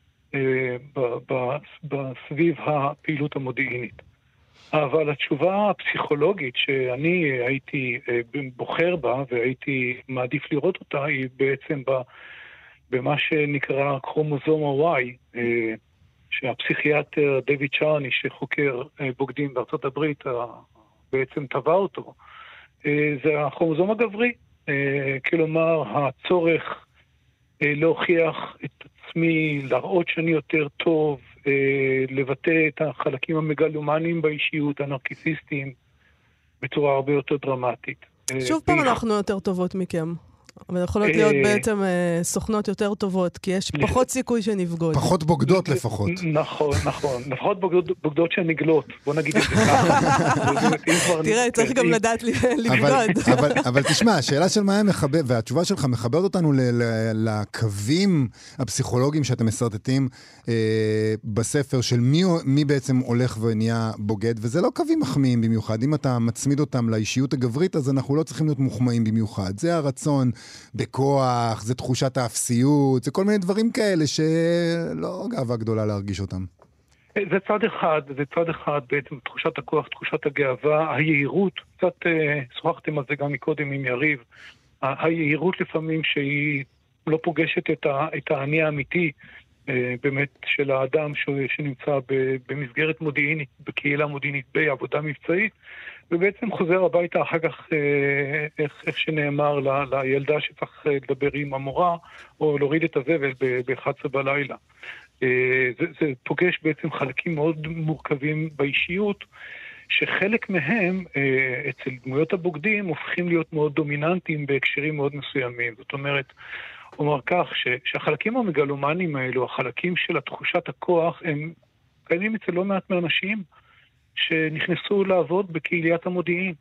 בסביב הפעילות המודיעינית. אבל התשובה הפסיכולוגית שאני הייתי בוחר בה והייתי מעדיף לראות אותה היא בעצם במה שנקרא כרומוזום ה-Y, שהפסיכיאטר דויד צ'רני שחוקר בוגדים בארצות הברית בעצם טבע אותו. זה הכרומוזום הגברי, כלומר הצורך להוכיח את עצמי, להראות שאני יותר טוב, לבטא את החלקים המגלומניים באישיות, הנרקיסיסטיים, בצורה הרבה יותר דרמטית. שוב פעם אנחנו יותר טובות מכם. אבל יכולות להיות בעצם סוכנות יותר טובות, כי יש פחות סיכוי שנבגוד. פחות בוגדות לפחות. נכון. לפחות בוגדות שנגלות. בוא נגיד את זה ככה. תראה, צריך גם לדעת לבגוד. אבל תשמע, השאלה של מה מחבר, והתשובה שלך מחברת אותנו לקווים הפסיכולוגיים שאתם מסרטטים בספר של מי בעצם הולך ונהיה בוגד, וזה לא קווים מחמיאים במיוחד. אם אתה מצמיד אותם לאישיות הגברית, אז אנחנו לא צריכים להיות מוחמאים במיוחד. זה הרצון בכוח, זה תחושת האפסיות, זה כל מיני דברים כאלה שלא גאווה גדולה להרגיש אותם. זה צד אחד בעצם, תחושת הכוח, תחושת הגאווה, היהירות, קצת שוחחתם על זה גם מקודם עם יריב, היהירות לפעמים שהיא לא פוגשת את האני האמיתי, באמת של האדם שנמצא במסגרת מודיעינית, בקהילה מודיעינית, בעבודה מבצעית, ובעצם חוזר הביתה אחר כך, איך שנאמר לילדה שצריך לדבר עם המורה, או להוריד את הזבל ב-11 בלילה. זה פוגש בעצם חלקים מאוד מורכבים באישיות, שחלק מהם אצל דמויות הבוגדים הופכים להיות מאוד דומיננטיים בהקשרים מאוד מסוימים. זאת אומרת, אומר כך שהחלקים המגלומניים האלו, החלקים של תחושת הכוח, הם קיימים אצל לא מעט מהאנשים שנכנסו לעבוד בקהיליית המודיעין,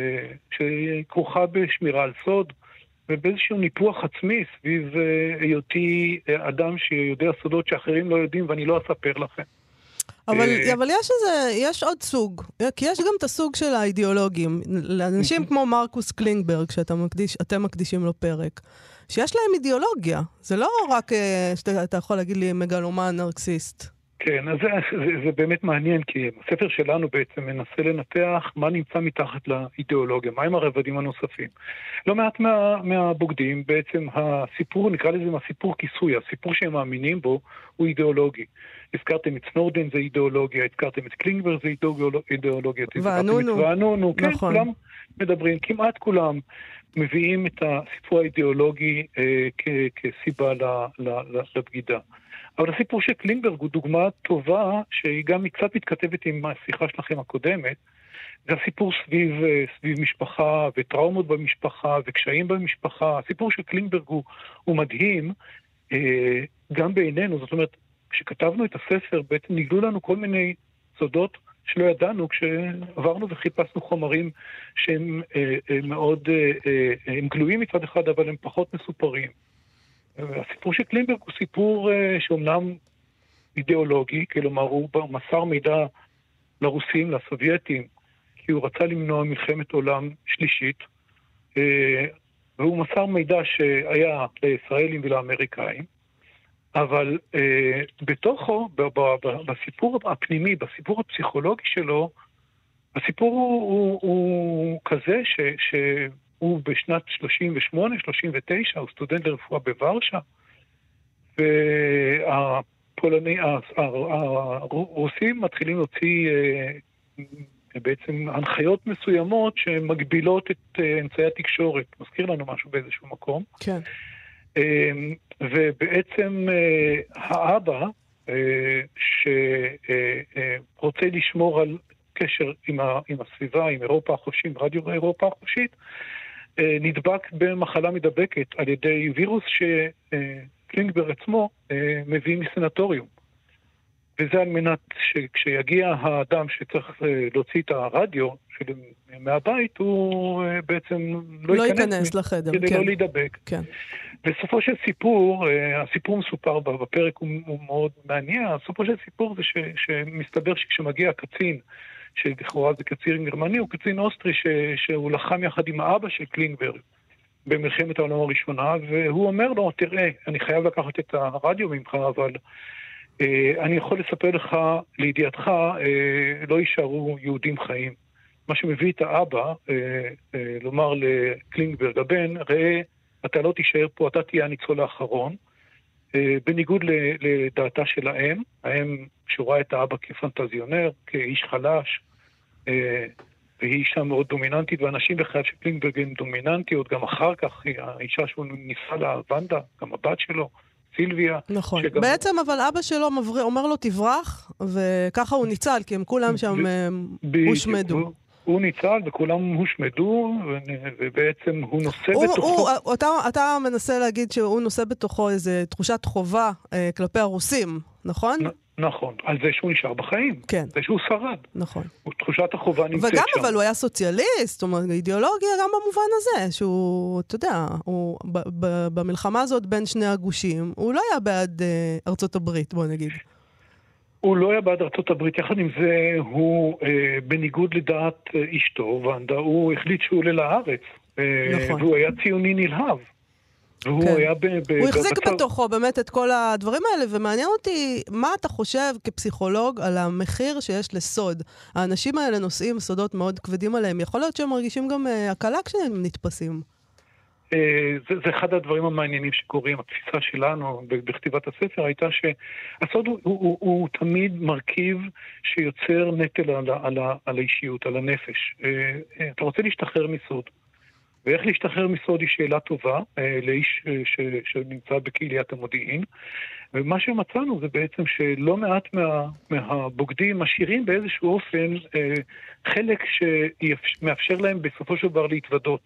שכרוכה בשמירה על סוד, ובאיזשהו ניפוח עצמי סביב היותי אדם שיודע סודות שאחרים לא יודעים ואני לא אספר לכם. אבל יש עוד סוג, כי יש גם את הסוג של האידיאולוגים, לאנשים כמו מרקוס קלינגברג, שאתם מקדישים לו פרק, שיש להם אידיאולוגיה, זה לא רק שאתה יכול להגיד לי מגלומן נרקסיסט. כן, אז זה באמת מעניין, כי הספר שלנו בעצם מנסה לנתח מה נמצא מתחת לאידיאולוגיה, מה הם הרבדים הנוספים. לא מעט מהבוגדים, בעצם הסיפור, נקרא לזה הסיפור כיסוי, הסיפור שהם מאמינים בו הוא אידיאולוגי. הזכרתם את סנורדן זה אידיאולוגיה, הזכרתם את קלינגברג זה אידיאולוגיה, וענונו, כן, כולם מדברים, כמעט כולם מביאים את הסיפור האידיאולוגי כסיבה לבגידה. אבל הסיפור של קלינגברג הוא דוגמה טובה, שהיא גם קצת מתכתבת עם השיחה שלכם הקודמת, זה הסיפור סביב משפחה וטראומות במשפחה וקשיים במשפחה. הסיפור של קלינגברג הוא מדהים, גם בעינינו. זאת אומרת, כשכתבנו את הספר, בעצם נגלו לנו כל מיני סודות שלא ידענו כשעברנו וחיפשנו חומרים שהם מאוד, הם גלויים מצד אחד, אבל הם פחות מסופרים. הסיפור של קלינגברג הוא סיפור שאומנם אידיאולוגי, כלומר הוא מסר מידע לרוסים, לסובייטים, כי הוא רצה למנוע מלחמת עולם שלישית, והוא מסר מידע שהיה לישראלים ולאמריקאים, אבל בתוכו, בסיפור הפנימי, בסיפור הפסיכולוגי שלו, הסיפור הוא כזה שהוא בשנת 38-39, הוא סטודנט לרפואה בוורשה, הרוסים מתחילים להוציא בעצם הנחיות מסוימות שמגבילות את אמצעי התקשורת. מזכיר לנו משהו באיזשהו מקום. כן. ובעצם האבא שרוצה לשמור על קשר עם הסביבה, עם אירופה החופשית, רדיו אירופה החופשית, נדבק במחלה מדבקת על ידי וירוס שקלינגברג עצמו מביא מסנטוריום. וזה על מנת שכשיגיע האדם שצריך להוציא את הרדיו מהבית, הוא בעצם לא ייכנס לחדר, כדי לא להידבק. כן. בסופו של סיפור, הסיפור מסופר בפרק הוא מאוד מעניין, הסופו של סיפור זה שמסתבר שכשמגיע הקצין, שלכאורה זה קצין גרמני, הוא קצין אוסטרי שהוא לחם יחד עם האבא של קלינגברג במלחמת העולם הראשונה, והוא אומר לו, תראה, אני חייב לקחת את הרדיו ממך, אבל אני יכול לספר לך, לידיעתך, לא יישארו יהודים חיים. מה שמביא את האבא, לומר לקלינגברג, הבן, ראה, אתה לא תישאר פה, אתה תהיה הניצול האחרון, בניגוד לדעתה של האם שרואה את האבא כפנטזיונר, כאיש חלש, והיא אישה מאוד דומיננטית, ואנשים בחייו של קלינגברג הם דומיננטיות, גם אחר כך, האישה שהוא ניסה לה, ונדה, גם הבת שלו, סילביה. נכון. בעצם אבל אבא שלו אומר לו תברח, וככה הוא ניצל, כי הם כולם שם הושמדו. הוא ניצל וכולם הושמדו, ובעצם הוא נושא בתוכו... אתה מנסה להגיד שהוא נושא בתוכו איזו תחושת חובה כלפי הרוסים, נכון? נכון, על זה שהוא נשאר בחיים. כן. זה שהוא שרד. נכון. תחושת החובה נמצאת שם. וגם אבל הוא היה סוציאליסט, זאת אומרת, אידיאולוגיה גם במובן הזה, שהוא, אתה יודע, במלחמה הזאת בין שני הגושים, הוא לא היה בעד ארצות הברית, בוא נגיד. הוא לא היה בעד ארצות הברית, יחד עם זה הוא, בניגוד לדעת אשתו, ונדה, הוא החליט שהוא עולה לארץ. נכון. והוא היה ציוני נלהב. והוא כן. היה הוא החזיק בתוכו באמת את כל הדברים האלה, ומעניין אותי, מה אתה חושב כפסיכולוג על המחיר שיש לסוד? האנשים האלה נושאים סודות מאוד כבדים עליהם, יכול להיות שהם מרגישים גם הקלה כשהם נתפסים. זה אחד הדברים המעניינים שקורים. התפיסה שלנו בכתיבת הספר הייתה שהסוד הוא תמיד מרכיב שיוצר נטל על האישיות, על הנפש. אתה רוצה להשתחרר מסוד. ואיך להשתחרר מסוד היא שאלה טובה לאיש שנמצא בקהיליית המודיעין. ומה שמצאנו זה בעצם שלא מעט מהבוגדים משאירים באיזשהו אופן חלק שמאפשר להם בסופו של דבר להתוודות.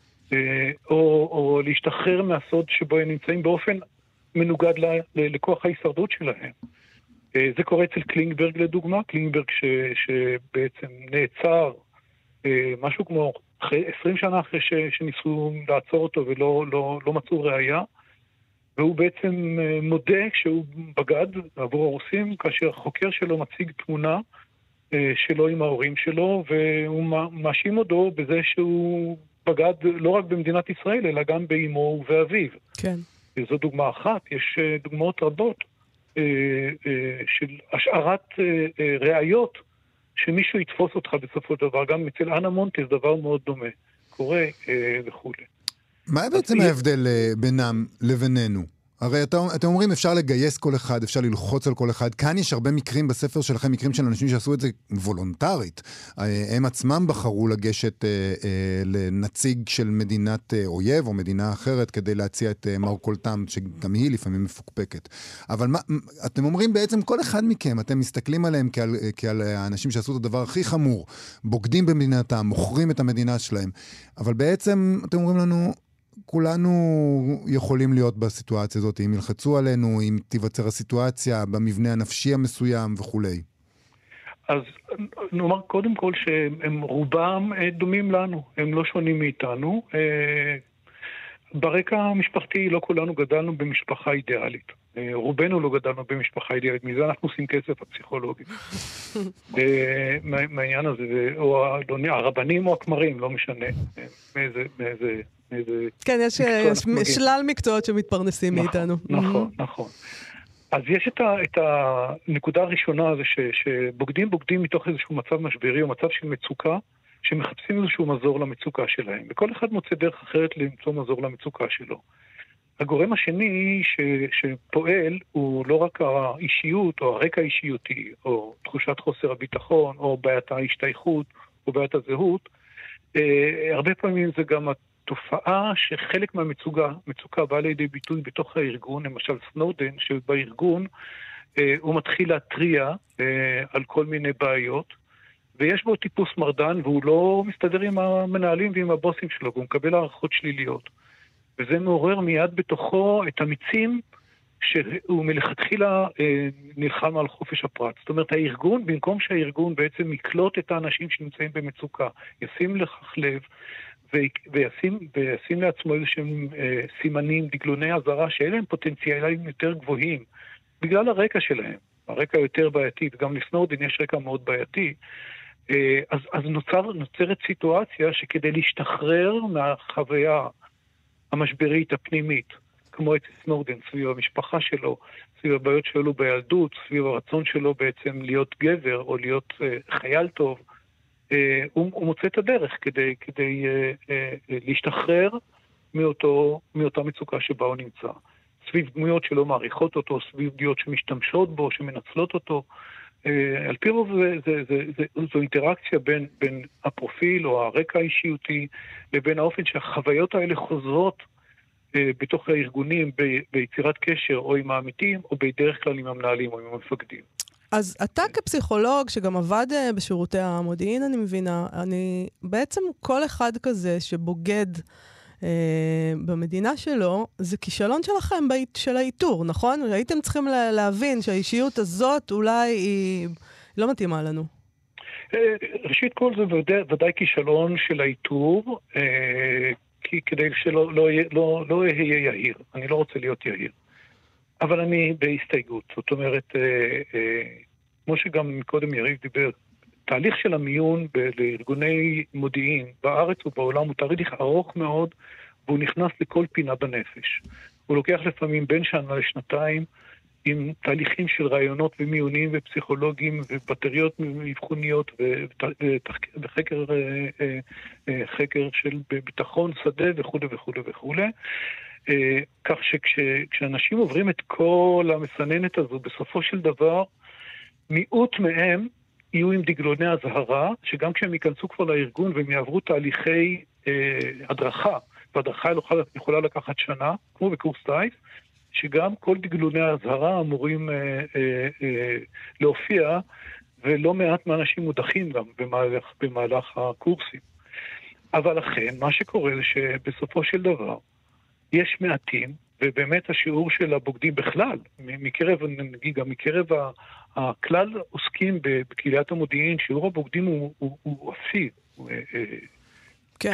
או להשתחרר מהסוד שבו הם נמצאים באופן מנוגד לכוח ההישרדות שלהם. זה קורה אצל קלינגברג לדוגמה, קלינגברג שבעצם נעצר משהו כמו 20 שנה אחרי שניסו לעצור אותו ולא מצאו ראייה, והוא בעצם מודה שהוא בגד עבור הרוסים, כאשר החוקר שלו מציג תמונה שלו עם ההורים שלו, והוא מאשים אותו בזה שהוא בגד לא רק במדינת ישראל, אלא גם באמו ובאביו. כן. זו דוגמה אחת, יש דוגמאות רבות של השארת ראיות, שמישהו יתפוס אותך בסופו של דבר, גם אצל אנה מונטס דבר מאוד דומה, קורה וכו'. מה בעצם ההבדל בינם לבינינו? הרי אתם אומרים אפשר לגייס כל אחד, אפשר ללחוץ על כל אחד. כאן יש הרבה מקרים בספר שלכם, מקרים של אנשים שעשו את זה וולונטרית. הם עצמם בחרו לגשת לנציג של מדינת אויב או מדינה אחרת כדי להציע את מרכולתם, שגם היא לפעמים מפוקפקת. אבל אתם אומרים בעצם כל אחד מכם, אתם מסתכלים עליהם כעל האנשים שעשו את הדבר הכי חמור, בוגדים במדינתם, מוכרים את המדינה שלהם. אבל בעצם אתם אומרים לנו, כולנו יכולים להיות בסיטואציה הזאת, אם ילחצו עלינו, אם תיווצר הסיטואציה, במבנה הנפשי המסוים וכו'. אז נאמר קודם כל שהם רובם דומים לנו, הם לא שונים מאיתנו. ברקע המשפחתי לא כולנו גדלנו במשפחה אידיאלית. רובנו לא גדלנו במשפחה אידיאלית, מזה אנחנו עושים כסף הפסיכולוגים. מהעניין הזה, או הרבנים או הכמרים, לא משנה, מאיזה כן, יש שלל מקצועות שמתפרנסים מאיתנו. נכון, נכון. אז יש את הנקודה הראשונה, זה שבוגדים מתוך איזשהו מצב משברי או מצב של מצוקה, שמחפשים איזשהו מזור למצוקה שלהם. וכל אחד מוצא דרך אחרת למצוא מזור למצוקה שלו. הגורם השני שפועל הוא לא רק האישיות או הרקע האישיותי, או תחושת חוסר הביטחון, או בעיית ההשתייכות, או בעיית הזהות. הרבה פעמים זה גם תופעה שחלק מהמצוקה באה לידי ביטוי בתוך הארגון, למשל סנודן, שבארגון הוא מתחיל להטריע על כל מיני בעיות, ויש בו טיפוס מרדן, והוא לא מסתדר עם המנהלים ועם הבוסים שלו, והוא מקבל הערכות שליליות. וזה מעורר מיד בתוכו את המיצים שהוא מלכתחילה נלחם על חופש הפרט. זאת אומרת, הארגון, במקום שהארגון בעצם יקלוט את האנשים שנמצאים במצוקה, ישים לכך לב, וישים לעצמו איזשהם סימנים, דגלוני הזרה, שאלה הם פוטנציאליים יותר גבוהים, בגלל הרקע שלהם. הרקע יותר בעייתי, וגם לסנודן יש רקע מאוד בעייתי. אז נוצרת סיטואציה שכדי להשתחרר מהחוויה המשברית הפנימית, כמו את סנודן, סביב המשפחה שלו, סביב הבעיות שלו בילדות, סביב הרצון שלו בעצם להיות גבר או להיות חייל טוב, הוא מוצא את הדרך כדי להשתחרר מאותה מצוקה שבה הוא נמצא. סביב דמויות שלא מעריכות אותו, סביב דמויות שמשתמשות בו, שמנצלות אותו. על פי רוב זו אינטראקציה בין הפרופיל או הרקע האישיותי, לבין האופן שהחוויות האלה חוזרות בתוך הארגונים ביצירת קשר או עם העמיתים, או בדרך כלל עם המנהלים או עם המפקדים. אז אתה כפסיכולוג שגם עבד בשירותי המודיעין, אני מבינה, בעצם כל אחד כזה שבוגד במדינה שלו, זה כישלון שלכם של האיתור, נכון? הייתם צריכים להבין שהאישיות הזאת אולי היא לא מתאימה לנו. ראשית כל זה ודאי כישלון של האיתור, כי כדי שלא אהיה יהיר. אני לא רוצה להיות יהיר. אבל אני בהסתייגות. זאת אומרת, כמו שגם קודם יריב דיבר, תהליך של המיון לארגוני מודיעין בארץ ובעולם הוא תהליך ארוך מאוד, והוא נכנס לכל פינה בנפש. הוא לוקח לפעמים בין שנה לשנתיים, עם תהליכים של רעיונות ומיונים ופסיכולוגים ובטריות מבחוניות וחקר של ביטחון שדה וכו' וכו' וכו'. כך שכשאנשים עוברים את כל המסננת הזו, בסופו של דבר, מיעוט מהם יהיו עם דגלוני הזהרה, שגם כשהם ייכנסו כבר לארגון והם יעברו תהליכי הדרכה, והדרכה יכולה לקחת שנה, כמו בקורס טייס, שגם כל דגלוני ההזהרה אמורים להופיע, ולא מעט מהאנשים מודחים גם במהלך הקורסים. אבל לכן, מה שקורה זה שבסופו של דבר, יש מעטים, ובאמת השיעור של הבוגדים בכלל, נגיד גם מקרב הכלל עוסקים בקהיליית המודיעין, שיעור הבוגדים הוא אפסי, 1%, 2%,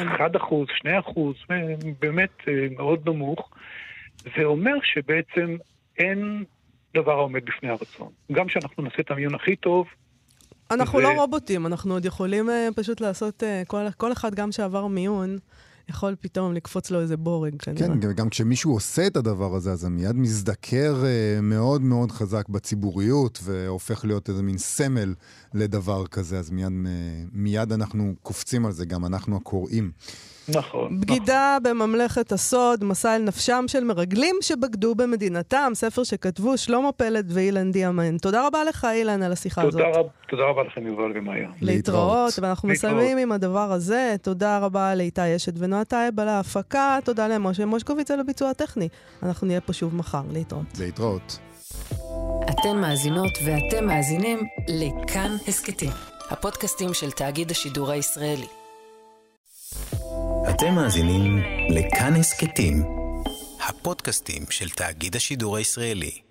באמת מאוד נמוך, זה אומר שבעצם אין דבר העומד בפני הרצון. גם שאנחנו נעשה את המיון הכי טוב, אנחנו לא רובוטים, אנחנו עוד יכולים פשוט לעשות, כל אחד גם שעבר מיון, יכול פתאום לקפוץ לו איזה בורג. כן, גם כשמישהו עושה את הדבר הזה, אז זה מיד מזדקר מאוד מאוד חזק בציבוריות, והופך להיות איזה מין סמל לדבר כזה, אז מיד אנחנו קופצים על זה, גם אנחנו הקוראים. נכון. בגידה בממלכת הסוד, מסע אל נפשם של מרגלים שבגדו במדינתם, ספר שכתבו שלמה פלד ואילן דיאמן. תודה רבה לך, אילן, על השיחה הזאת. תודה רבה לכם, יובל ומאיה. להתראות, ואנחנו מסיימים עם הדבר הזה. תודה רבה לאיתי אשת ונועה טייב על ההפקה, תודה למשה מושקוביץ על הביצוע הטכני. אנחנו נהיה פה שוב מחר. להתראות. אתן מאזינות ואתם מאזינים לכאן הסקטים, הפודקאסטים של תאגיד השידור הישראלי. אתם מאזינים לכאן הסקטים, הפודקאסטים של תאגיד השידור הישראלי.